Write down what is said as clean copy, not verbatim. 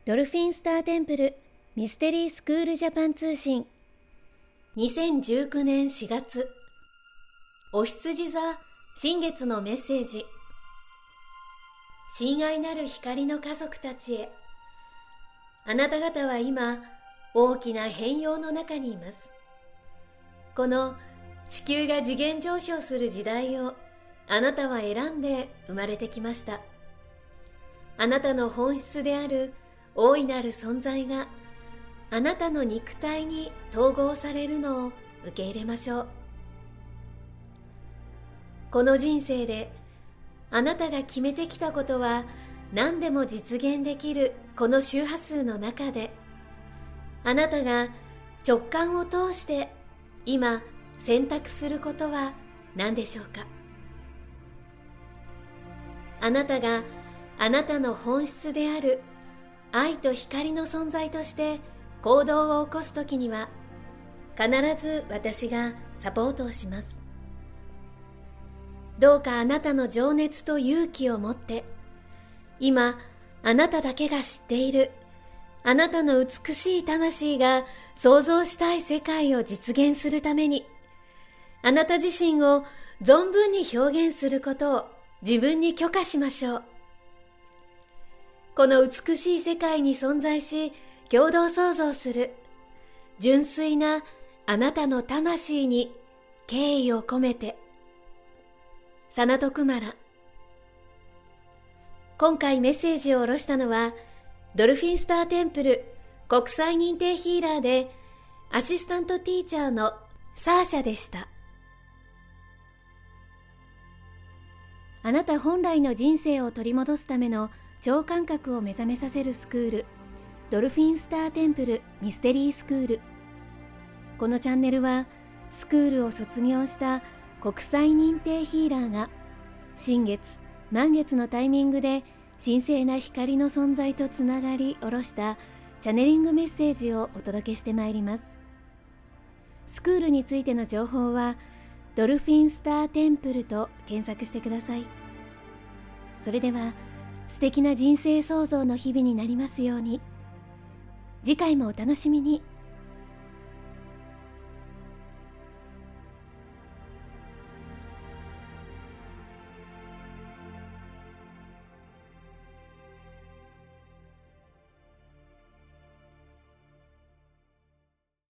ドルフィンスターテンプルミステリースクールジャパン通信2019年4月お羊座新月のメッセージ。親愛なる光の家族たちへ、あなた方は今大きな変容の中にいます。この地球が次元上昇する時代をあなたは選んで生まれてきました。あなたの本質である大いなる存在があなたの肉体に統合されるのを受け入れましょう。この人生であなたが決めてきたことは何でも実現できるこの周波数の中で、あなたが直感を通して今選択することは何でしょうか。あなたがあなたの本質である愛と光の存在として行動を起こすときには、必ず私がサポートをします。どうかあなたの情熱と勇気を持って、今あなただけが知っているあなたの美しい魂が想像したい世界を実現するために、あなた自身を存分に表現することを自分に許可しましょう。この美しい世界に存在し共同創造する純粋なあなたの魂に敬意を込めて。サナトクマラ。今回メッセージを下ろしたのはドルフィンスターテンプル国際認定ヒーラーでアシスタントティーチャーのサーシャでした。あなた本来の人生を取り戻すための超感覚を目覚めさせるスクール、ドルフィンスターテンプルミステリースクール。このチャンネルはスクールを卒業した国際認定ヒーラーが新月満月のタイミングで神聖な光の存在とつながり下ろしたチャネリングメッセージをお届けしてまいります。スクールについての情報はドルフィンスターテンプルと検索してください。それでは素敵な人生創造の日々になりますように。次回もお楽しみに。